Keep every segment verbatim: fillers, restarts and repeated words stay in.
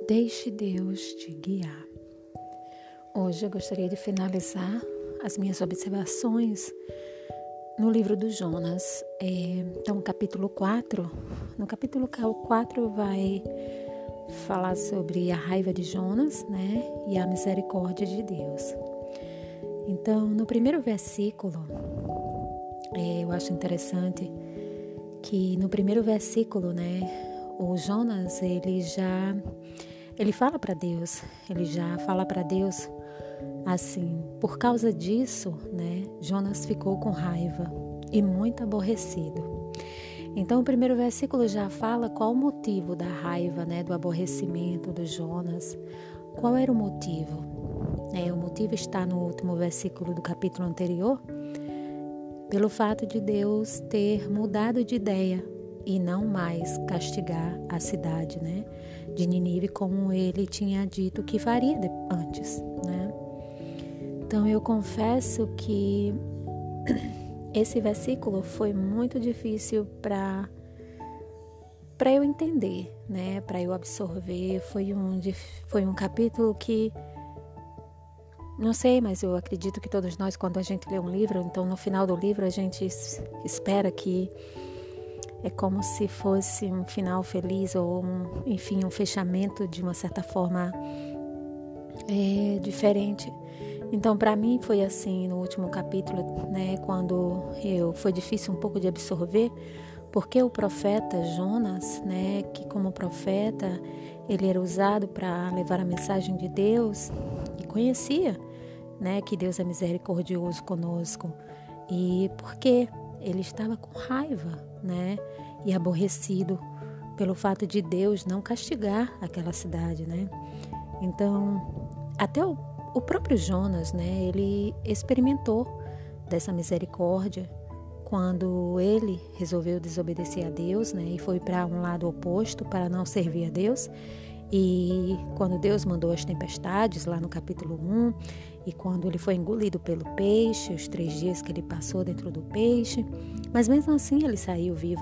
Deixe Deus te guiar. Hoje eu gostaria de finalizar as minhas observações no livro do Jonas. É, então, capítulo quatro. No capítulo quatro vai falar sobre a raiva de Jonas, né, e a misericórdia de Deus. Então, no primeiro versículo, é, eu acho interessante que no primeiro versículo, né, o Jonas, ele já, ele fala para Deus, ele já fala para Deus assim, por causa disso, né, Jonas ficou com raiva e muito aborrecido. Então, o primeiro versículo já fala qual o motivo da raiva, né, do aborrecimento do Jonas. Qual era o motivo? É, o motivo está no último versículo do capítulo anterior, pelo fato de Deus ter mudado de ideia e não mais castigar a cidade, né, de Nínive, como ele tinha dito que faria antes, né? Então, eu confesso que esse versículo foi muito difícil para para eu entender, né, para eu absorver. Foi um, foi um capítulo que, não sei, mas eu acredito que todos nós, quando a gente lê um livro, então no final do livro a gente espera que é como se fosse um final feliz ou, um, enfim, um fechamento de uma certa forma é, diferente. Então, para mim foi assim no último capítulo, né, quando eu foi difícil um pouco de absorver, porque o profeta Jonas, né, que como profeta ele era usado para levar a mensagem de Deus e conhecia, né, que Deus é misericordioso conosco, e porque ele estava com raiva, né, e aborrecido pelo fato de Deus não castigar aquela cidade, né? Então, até o, o próprio Jonas, né, ele experimentou dessa misericórdia quando ele resolveu desobedecer a Deus, né, e foi para um lado oposto para não servir a Deus. E quando Deus mandou as tempestades, lá no capítulo um, e quando ele foi engolido pelo peixe, os três dias que ele passou dentro do peixe, mas mesmo assim ele saiu vivo.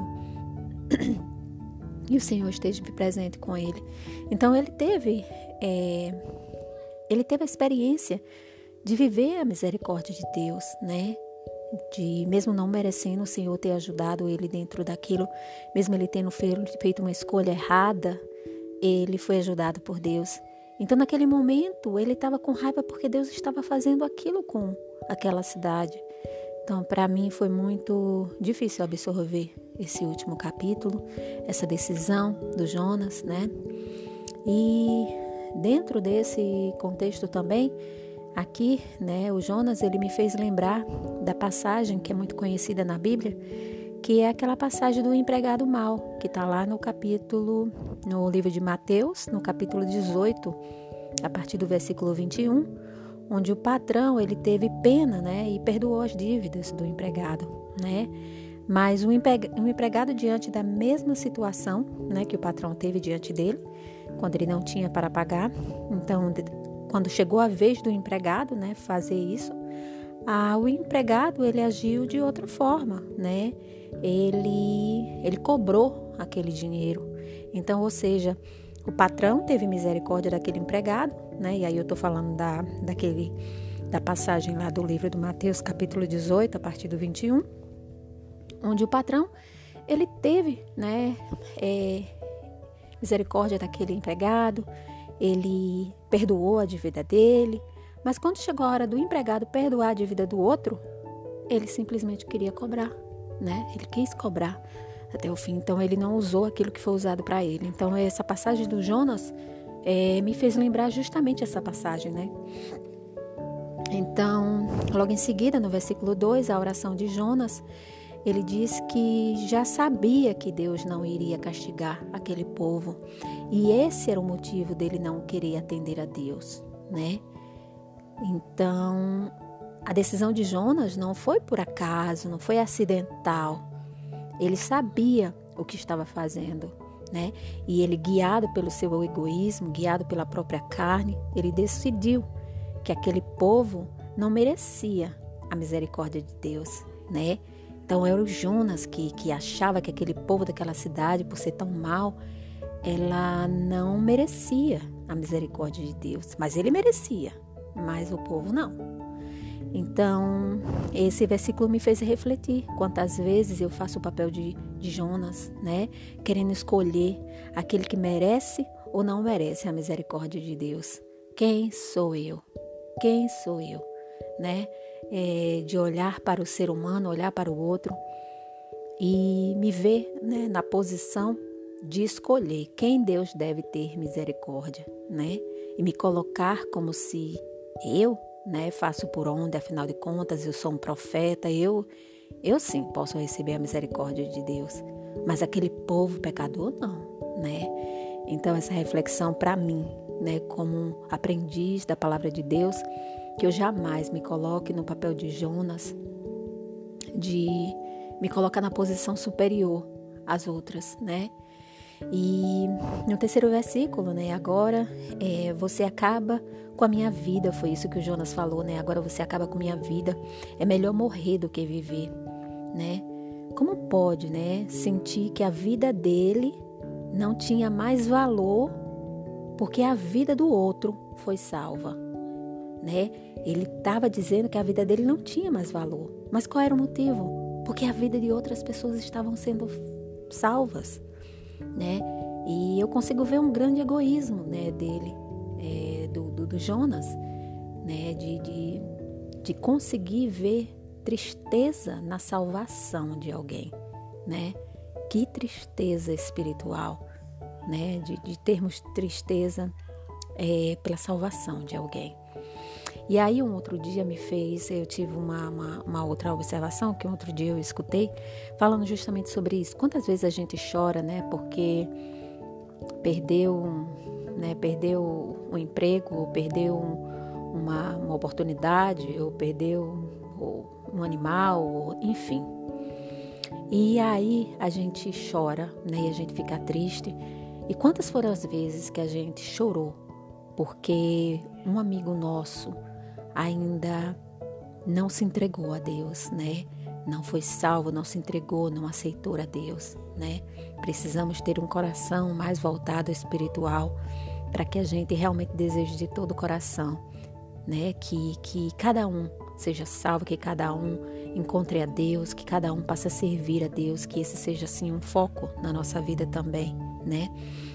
E o Senhor esteve presente com ele. Então ele teve, é, ele teve a experiência de viver a misericórdia de Deus, né? De, mesmo não merecendo, o Senhor ter ajudado ele dentro daquilo, mesmo ele tendo feito uma escolha errada, ele foi ajudado por Deus. Então, naquele momento, ele estava com raiva porque Deus estava fazendo aquilo com aquela cidade. Então, para mim, foi muito difícil absorver esse último capítulo, essa decisão do Jonas, né? E dentro desse contexto também, aqui, né, o Jonas, ele me fez lembrar da passagem que é muito conhecida na Bíblia, que é aquela passagem do empregado mau, que está lá no capítulo, no livro de Mateus, no capítulo dezoito, a partir do versículo vinte e um, onde o patrão, ele teve pena, né, e perdoou as dívidas do empregado, né? Mas o empregado, diante da mesma situação, né, que o patrão teve diante dele, quando ele não tinha para pagar, então, quando chegou a vez do empregado, né, fazer isso, ah, o empregado, ele agiu de outra forma, né? Ele, ele cobrou aquele dinheiro. Então, ou seja, o patrão teve misericórdia daquele empregado, né? E aí eu estou falando da, daquele, da passagem lá do livro do Mateus, capítulo dezoito, a partir do vinte e um, onde o patrão, ele teve, né, é, misericórdia daquele empregado, ele perdoou a dívida dele, mas quando chegou a hora do empregado perdoar a dívida do outro, ele simplesmente queria cobrar, né? Ele quis cobrar até o fim, então ele não usou aquilo que foi usado para ele. Então essa passagem do Jonas é, me fez lembrar justamente essa passagem, né? Então, logo em seguida, no versículo dois, a oração de Jonas, ele diz que já sabia que Deus não iria castigar aquele povo. E esse era o motivo dele não querer atender a Deus, né? Então, a decisão de Jonas não foi por acaso, não foi acidental. Ele sabia o que estava fazendo, né? E ele, guiado pelo seu egoísmo, guiado pela própria carne, ele decidiu que aquele povo não merecia a misericórdia de Deus, né? Então era o Jonas que, que achava que aquele povo daquela cidade, por ser tão mal, ela não merecia, a misericórdia de Deus. Mas ele merecia, mas o povo não. Então, esse versículo me fez refletir quantas vezes eu faço o papel de, de Jonas, né? Querendo escolher aquele que merece ou não merece a misericórdia de Deus. Quem sou eu? Quem sou eu? Né? É, de olhar para o ser humano, olhar para o outro e me ver, né, na posição de escolher quem Deus deve ter misericórdia, né? E me colocar como se eu, né, faço por onde, afinal de contas, eu sou um profeta, eu, eu sim posso receber a misericórdia de Deus, mas aquele povo pecador não, né? Então essa reflexão para mim, né, como aprendiz da palavra de Deus, que eu jamais me coloque no papel de Jonas, de me colocar na posição superior às outras, né? E no terceiro versículo, né? Agora é, você acaba com a minha vida, foi isso que o Jonas falou, né? Agora você acaba com a minha vida, é melhor morrer do que viver, né? Como pode, né? Sentir que a vida dele não tinha mais valor porque a vida do outro foi salva, né? Ele estava dizendo que a vida dele não tinha mais valor, mas qual era o motivo? Porque a vida de outras pessoas estavam sendo salvas, né? E eu consigo ver um grande egoísmo, né, dele, é, do, do, do Jonas, né, de, de, de conseguir ver tristeza na salvação de alguém, né? Que tristeza espiritual, né? De, de termos tristeza é, pela salvação de alguém. E aí um outro dia me fez, eu tive uma, uma, uma outra observação que um outro dia eu escutei, falando justamente sobre isso. Quantas vezes a gente chora, né, porque perdeu, né, perdeu um emprego, ou perdeu um, uma, uma oportunidade, ou perdeu um, um animal, ou, enfim. E aí a gente chora, né, e a gente fica triste. E quantas foram as vezes que a gente chorou porque um amigo nosso ainda não se entregou a Deus, né? Não foi salvo, não se entregou, não aceitou a Deus, né? Precisamos ter um coração mais voltado ao espiritual para que a gente realmente deseje de todo o coração, né? Que, que cada um seja salvo, que cada um encontre a Deus, que cada um passe a servir a Deus, que esse seja assim um foco na nossa vida também, né?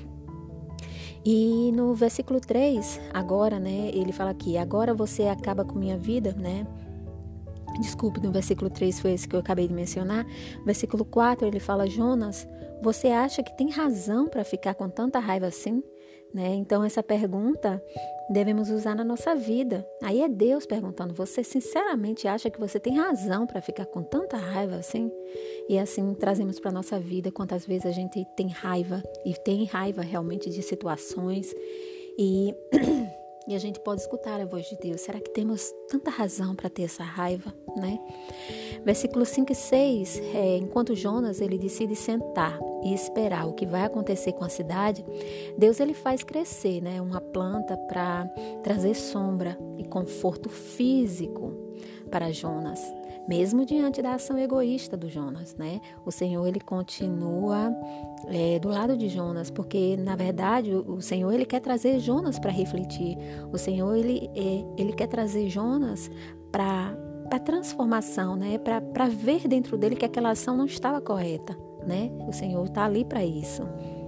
E no versículo três, agora, né, ele fala aqui, agora você acaba com minha vida, né? Desculpe, no versículo três foi esse que eu acabei de mencionar. No versículo quatro, ele fala, Jonas, você acha que tem razão para ficar com tanta raiva assim? Né? Então, essa pergunta devemos usar na nossa vida. Aí é Deus perguntando, você sinceramente acha que você tem razão para ficar com tanta raiva assim? E assim trazemos para a nossa vida quantas vezes a gente tem raiva e tem raiva realmente de situações e, e a gente pode escutar a voz de Deus. Será que temos tanta razão para ter essa raiva, né? Versículos cinco e seis, é, enquanto Jonas ele decide sentar e esperar o que vai acontecer com a cidade, Deus ele faz crescer, né, uma planta para trazer sombra e conforto físico para Jonas. Mesmo diante da ação egoísta do Jonas, né? O Senhor, ele continua é, do lado de Jonas, porque, na verdade, o, o Senhor, ele quer trazer Jonas para refletir. O Senhor, ele, é, ele quer trazer Jonas para a transformação, né? Para ver dentro dele que aquela ação não estava correta, né? O Senhor está ali para isso.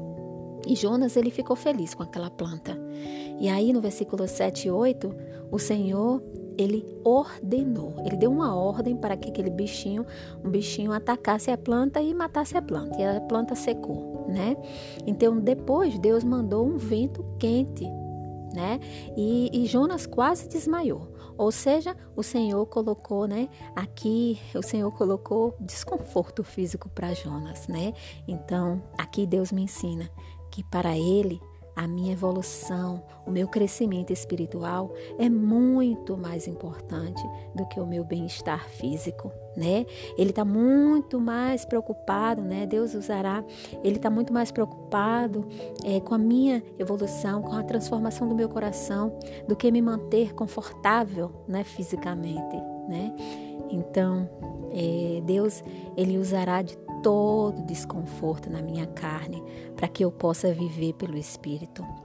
E Jonas, ele ficou feliz com aquela planta. E aí, no versículo sete e oito, o Senhor... ele ordenou, ele deu uma ordem para que aquele bichinho, um bichinho atacasse a planta e matasse a planta, e a planta secou, né? Então, depois, Deus mandou um vento quente, né? E, e Jonas quase desmaiou, ou seja, o Senhor colocou, né? Aqui, o Senhor colocou desconforto físico para Jonas, né? Então, aqui Deus me ensina que para ele, a minha evolução, o meu crescimento espiritual é muito mais importante do que o meu bem-estar físico, né? Ele está muito mais preocupado, né? Deus usará, ele está muito mais preocupado é, com a minha evolução, com a transformação do meu coração, do que me manter confortável, né, fisicamente, né? Então, é, Deus, ele usará de todo desconforto na minha carne para que eu possa viver pelo Espírito.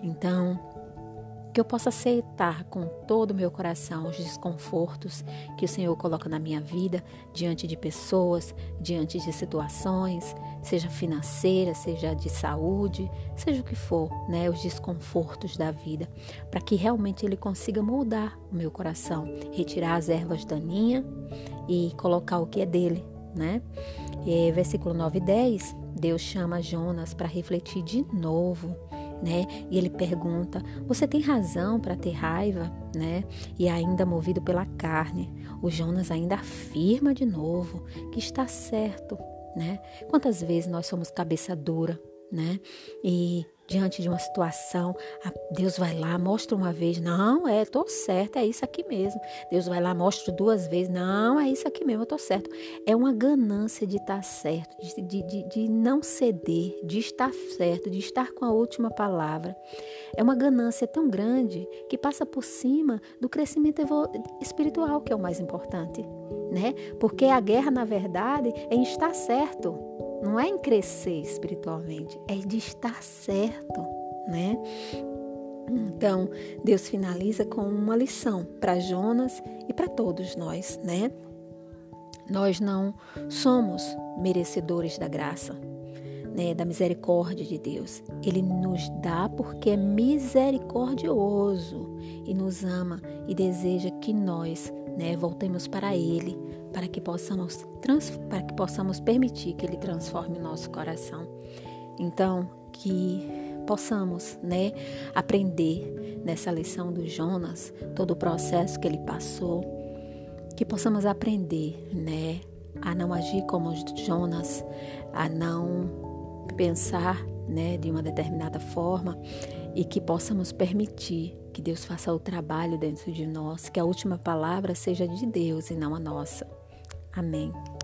Então, que eu possa aceitar com todo o meu coração os desconfortos que o Senhor coloca na minha vida, diante de pessoas, diante de situações, seja financeira, seja de saúde, seja o que for, né? Os desconfortos da vida, para que realmente Ele consiga moldar o meu coração, retirar as ervas daninhas e colocar o que é dele, né? E, versículo nove e dez, Deus chama Jonas para refletir de novo, né? E ele pergunta: você tem razão para ter raiva, né? E ainda movido pela carne, o Jonas ainda afirma de novo que está certo, né? Quantas vezes nós somos cabeça dura, né? E diante de uma situação, Deus vai lá, mostra uma vez, não, é, tô certo, é isso aqui mesmo. Deus vai lá, mostra duas vezes, não, é isso aqui mesmo, eu tô certo. É uma ganância de estar certo, de, de, de não ceder, de estar certo, de estar com a última palavra. É uma ganância tão grande que passa por cima do crescimento espiritual, que é o mais importante, né? Porque a guerra, na verdade, é em estar certo. Não é em crescer espiritualmente, é de estar certo, né? Então, Deus finaliza com uma lição para Jonas e para todos nós, né? Nós não somos merecedores da graça, né, da misericórdia de Deus. Ele nos dá porque é misericordioso e nos ama e deseja que nós, né, voltemos para Ele, para que possamos trans, para que possamos permitir que Ele transforme o nosso coração. Então, que possamos, né, aprender nessa lição do Jonas, todo o processo que ele passou, que possamos aprender, né, a não agir como Jonas, a não pensar, né, de uma determinada forma, e que possamos permitir que Deus faça o trabalho dentro de nós, que a última palavra seja de Deus e não a nossa. Amém.